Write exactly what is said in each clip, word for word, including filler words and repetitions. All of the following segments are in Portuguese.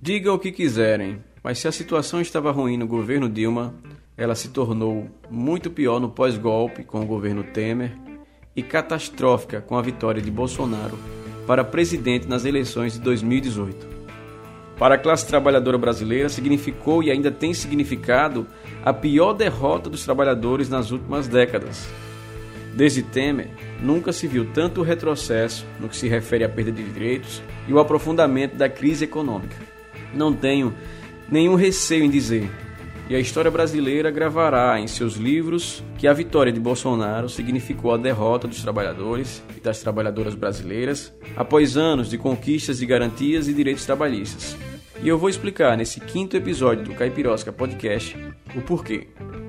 Digam o que quiserem, mas se a situação estava ruim no governo Dilma, ela se tornou muito pior no pós-golpe com o governo Temer e catastrófica com a vitória de Bolsonaro para presidente nas eleições de dois mil e dezoito. Para a classe trabalhadora brasileira, significou e ainda tem significado a pior derrota dos trabalhadores nas últimas décadas. Desde Temer, nunca se viu tanto retrocesso no que se refere à perda de direitos e o aprofundamento da crise econômica. Não tenho nenhum receio em dizer, e a história brasileira gravará em seus livros, que a vitória de Bolsonaro significou a derrota dos trabalhadores e das trabalhadoras brasileiras após anos de conquistas de garantias e direitos trabalhistas. E eu vou explicar nesse quinto episódio do Caipirosca Podcast o porquê.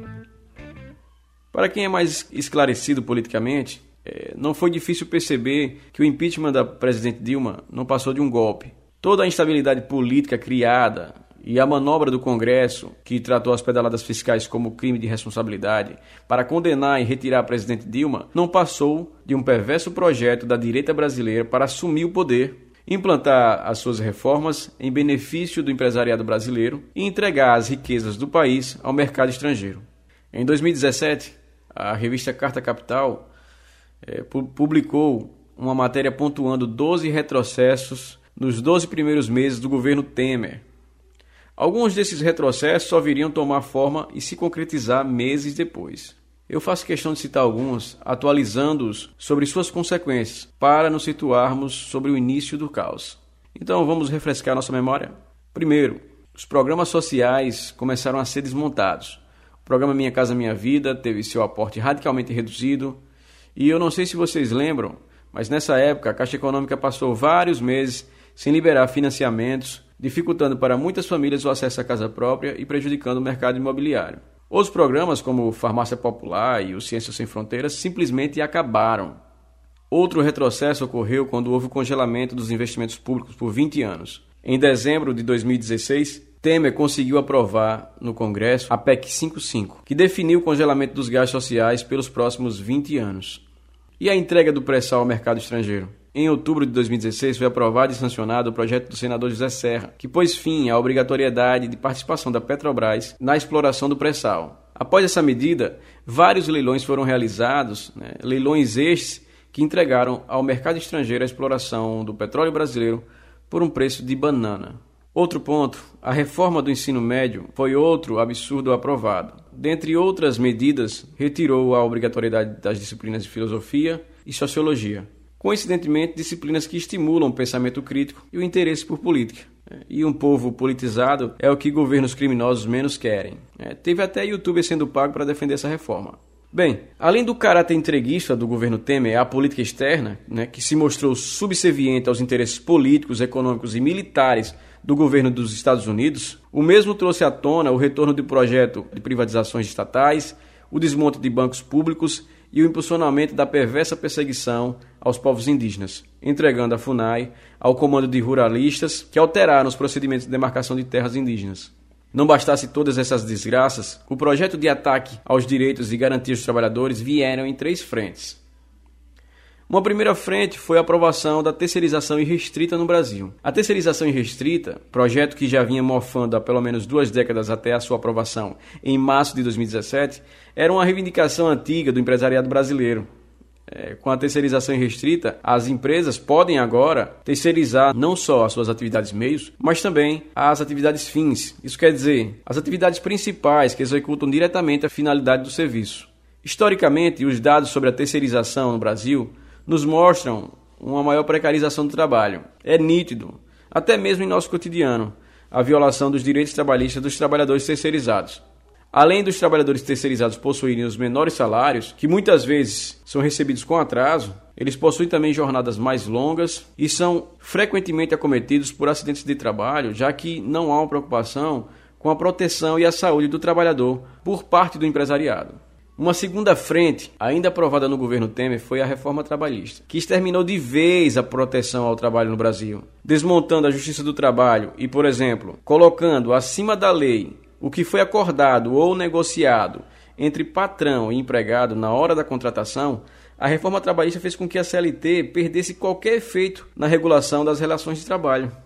Para quem é mais esclarecido politicamente, é, não foi difícil perceber que o impeachment da presidente Dilma não passou de um golpe. Toda a instabilidade política criada e a manobra do Congresso, que tratou as pedaladas fiscais como crime de responsabilidade para condenar e retirar a presidente Dilma, não passou de um perverso projeto da direita brasileira para assumir o poder, implantar as suas reformas em benefício do empresariado brasileiro e entregar as riquezas do país ao mercado estrangeiro. Em dois mil e dezessete, a revista Carta Capital eh, publicou uma matéria pontuando doze retrocessos nos doze primeiros meses do governo Temer. Alguns desses retrocessos só viriam tomar forma e se concretizar meses depois. Eu faço questão de citar alguns, atualizando-os sobre suas consequências, para nos situarmos sobre o início do caos. Então vamos refrescar nossa memória? Primeiro, os programas sociais começaram a ser desmontados. O programa Minha Casa Minha Vida teve seu aporte radicalmente reduzido, e eu não sei se vocês lembram, mas nessa época a Caixa Econômica passou vários meses sem liberar financiamentos, dificultando para muitas famílias o acesso à casa própria e prejudicando o mercado imobiliário. Outros programas, como o Farmácia Popular e o Ciências Sem Fronteiras, simplesmente acabaram. Outro retrocesso ocorreu quando houve o congelamento dos investimentos públicos por vinte anos. Em dezembro de dois mil e dezesseis, Temer conseguiu aprovar no Congresso a P E C cinquenta e cinco, que definiu o congelamento dos gastos sociais pelos próximos vinte anos. E a entrega do pré-sal ao mercado estrangeiro? Em outubro de dois mil e dezesseis, foi aprovado e sancionado o projeto do senador José Serra, que pôs fim à obrigatoriedade de participação da Petrobras na exploração do pré-sal. Após essa medida, vários leilões foram realizados, né, leilões estes que entregaram ao mercado estrangeiro a exploração do petróleo brasileiro por um preço de banana. Outro ponto, a reforma do ensino médio foi outro absurdo aprovado. Dentre outras medidas, retirou a obrigatoriedade das disciplinas de filosofia e sociologia. Coincidentemente, disciplinas que estimulam o pensamento crítico e o interesse por política. E um povo politizado é o que governos criminosos menos querem. É, teve até youtuber sendo pago para defender essa reforma. Bem, além do caráter entreguista do governo Temer à política externa, né, que se mostrou subserviente aos interesses políticos, econômicos e militares do governo dos Estados Unidos, o mesmo trouxe à tona o retorno do projeto de privatizações estatais, o desmonte de bancos públicos e o impulsionamento da perversa perseguição aos povos indígenas, entregando a FUNAI ao comando de ruralistas que alteraram os procedimentos de demarcação de terras indígenas. Não bastasse todas essas desgraças, o projeto de ataque aos direitos e garantias dos trabalhadores vieram em três frentes. Uma primeira frente foi a aprovação da terceirização irrestrita no Brasil. A terceirização irrestrita, projeto que já vinha mofando há pelo menos duas décadas até a sua aprovação em março de dois mil e dezessete, era uma reivindicação antiga do empresariado brasileiro. É, com a terceirização irrestrita, as empresas podem agora terceirizar não só as suas atividades meios, mas também as atividades fins. Isso quer dizer, as atividades principais que executam diretamente a finalidade do serviço. Historicamente, os dados sobre a terceirização no Brasil nos mostram uma maior precarização do trabalho. É nítido, até mesmo em nosso cotidiano, a violação dos direitos trabalhistas dos trabalhadores terceirizados. Além dos trabalhadores terceirizados possuírem os menores salários, que muitas vezes são recebidos com atraso, eles possuem também jornadas mais longas e são frequentemente acometidos por acidentes de trabalho, já que não há uma preocupação com a proteção e a saúde do trabalhador por parte do empresariado. Uma segunda frente, ainda aprovada no governo Temer, foi a reforma trabalhista, que exterminou de vez a proteção ao trabalho no Brasil, desmontando a justiça do trabalho e, por exemplo, colocando acima da lei o que foi acordado ou negociado entre patrão e empregado na hora da contratação. A reforma trabalhista fez com que a C L T perdesse qualquer efeito na regulação das relações de trabalho.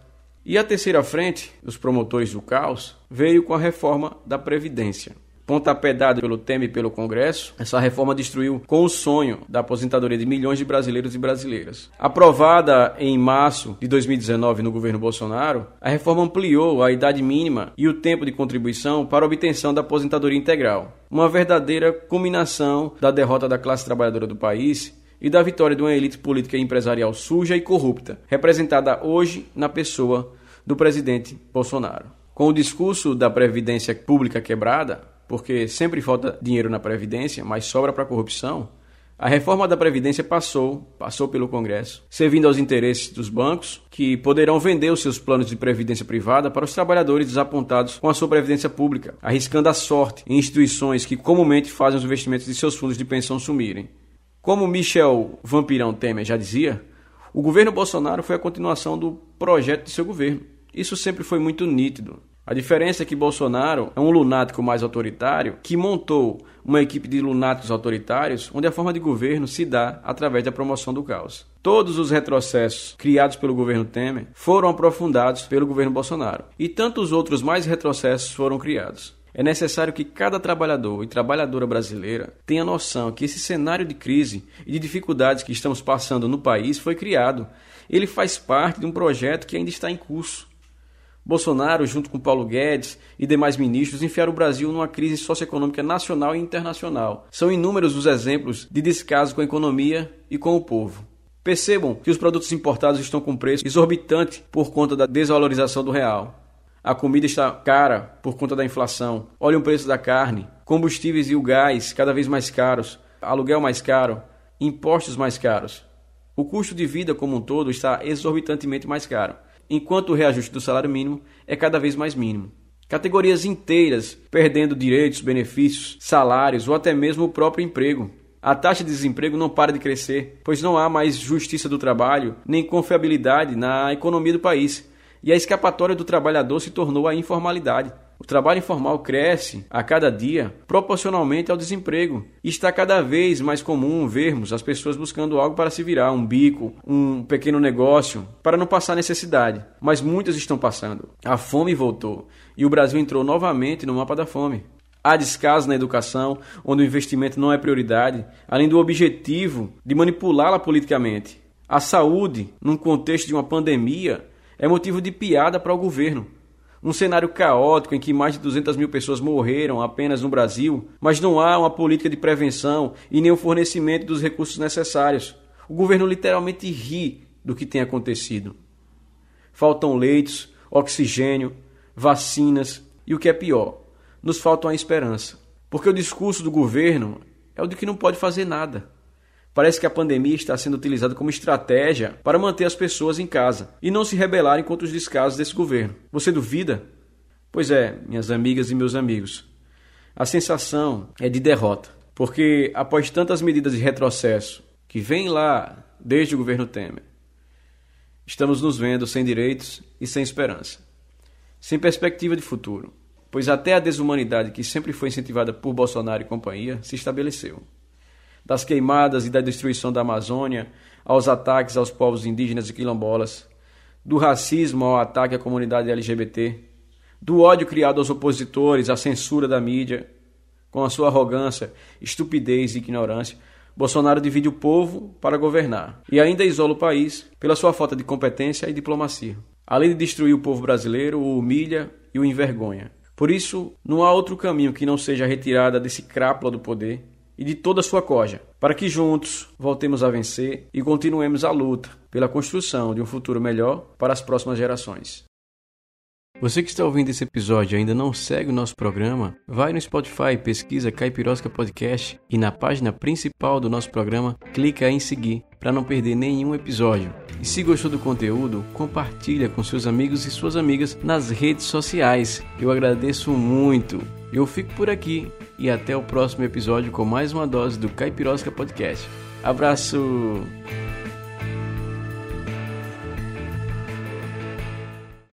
E a terceira frente, os promotores do caos, veio com a reforma da Previdência. Pontapé dado pelo Temer e pelo Congresso, essa reforma destruiu com o sonho da aposentadoria de milhões de brasileiros e brasileiras. Aprovada em março de dois mil e dezenove no governo Bolsonaro, a reforma ampliou a idade mínima e o tempo de contribuição para a obtenção da aposentadoria integral. Uma verdadeira culminação da derrota da classe trabalhadora do país e da vitória de uma elite política e empresarial suja e corrupta, representada hoje na pessoa do presidente Bolsonaro. Com o discurso da Previdência Pública quebrada, porque sempre falta dinheiro na Previdência, mas sobra para a corrupção, a reforma da Previdência passou, passou pelo Congresso, servindo aos interesses dos bancos, que poderão vender os seus planos de previdência privada para os trabalhadores desapontados com a sua previdência pública, arriscando a sorte em instituições que comumente fazem os investimentos de seus fundos de pensão sumirem. Como Michel Vampirão Temer já dizia, o governo Bolsonaro foi a continuação do projeto de seu governo. Isso sempre foi muito nítido. A diferença é que Bolsonaro é um lunático mais autoritário que montou uma equipe de lunáticos autoritários onde a forma de governo se dá através da promoção do caos. Todos os retrocessos criados pelo governo Temer foram aprofundados pelo governo Bolsonaro e tantos outros mais retrocessos foram criados. É necessário que cada trabalhador e trabalhadora brasileira tenha noção que esse cenário de crise e de dificuldades que estamos passando no país foi criado. Ele faz parte de um projeto que ainda está em curso. Bolsonaro, junto com Paulo Guedes e demais ministros, enfiaram o Brasil numa crise socioeconômica nacional e internacional. São inúmeros os exemplos de descaso com a economia e com o povo. Percebam que os produtos importados estão com preço exorbitante por conta da desvalorização do real. A comida está cara por conta da inflação. Olhem o preço da carne, combustíveis e o gás cada vez mais caros, aluguel mais caro, impostos mais caros. O custo de vida como um todo está exorbitantemente mais caro, enquanto o reajuste do salário mínimo é cada vez mais mínimo. Categorias inteiras perdendo direitos, benefícios, salários ou até mesmo o próprio emprego. A taxa de desemprego não para de crescer, pois não há mais justiça do trabalho nem confiabilidade na economia do país. E a escapatória do trabalhador se tornou a informalidade. O trabalho informal cresce a cada dia proporcionalmente ao desemprego. E está cada vez mais comum vermos as pessoas buscando algo para se virar, um bico, um pequeno negócio, para não passar necessidade. Mas muitas estão passando. A fome voltou e o Brasil entrou novamente no mapa da fome. Há descaso na educação, onde o investimento não é prioridade, além do objetivo de manipulá-la politicamente. A saúde, num contexto de uma pandemia, é motivo de piada para o governo. Um cenário caótico em que mais de duzentas mil pessoas morreram apenas no Brasil, mas não há uma política de prevenção e nem o fornecimento dos recursos necessários. O governo literalmente ri do que tem acontecido. Faltam leitos, oxigênio, vacinas e o que é pior, nos falta a esperança. Porque o discurso do governo é o de que não pode fazer nada. Parece que a pandemia está sendo utilizada como estratégia para manter as pessoas em casa e não se rebelarem contra os descasos desse governo. Você duvida? Pois é, minhas amigas e meus amigos. A sensação é de derrota, porque após tantas medidas de retrocesso que vêm lá desde o governo Temer, estamos nos vendo sem direitos e sem esperança, sem perspectiva de futuro, pois até a desumanidade que sempre foi incentivada por Bolsonaro e companhia se estabeleceu. Das queimadas e da destruição da Amazônia, aos ataques aos povos indígenas e quilombolas, do racismo ao ataque à comunidade L G B T, do ódio criado aos opositores, à censura da mídia, com a sua arrogância, estupidez e ignorância, Bolsonaro divide o povo para governar e ainda isola o país pela sua falta de competência e diplomacia. Além de destruir o povo brasileiro, o humilha e o envergonha. Por isso, não há outro caminho que não seja a retirada desse crápula do poder e de toda a sua corja, para que juntos voltemos a vencer e continuemos a luta pela construção de um futuro melhor para as próximas gerações. Você que está ouvindo esse episódio e ainda não segue o nosso programa, vai no Spotify, pesquisa Caipirosca Podcast e na página principal do nosso programa, clica em seguir para não perder nenhum episódio. E se gostou do conteúdo, compartilha com seus amigos e suas amigas nas redes sociais. Eu agradeço muito. Eu fico por aqui e até o próximo episódio com mais uma dose do Caipirosca Podcast. Abraço!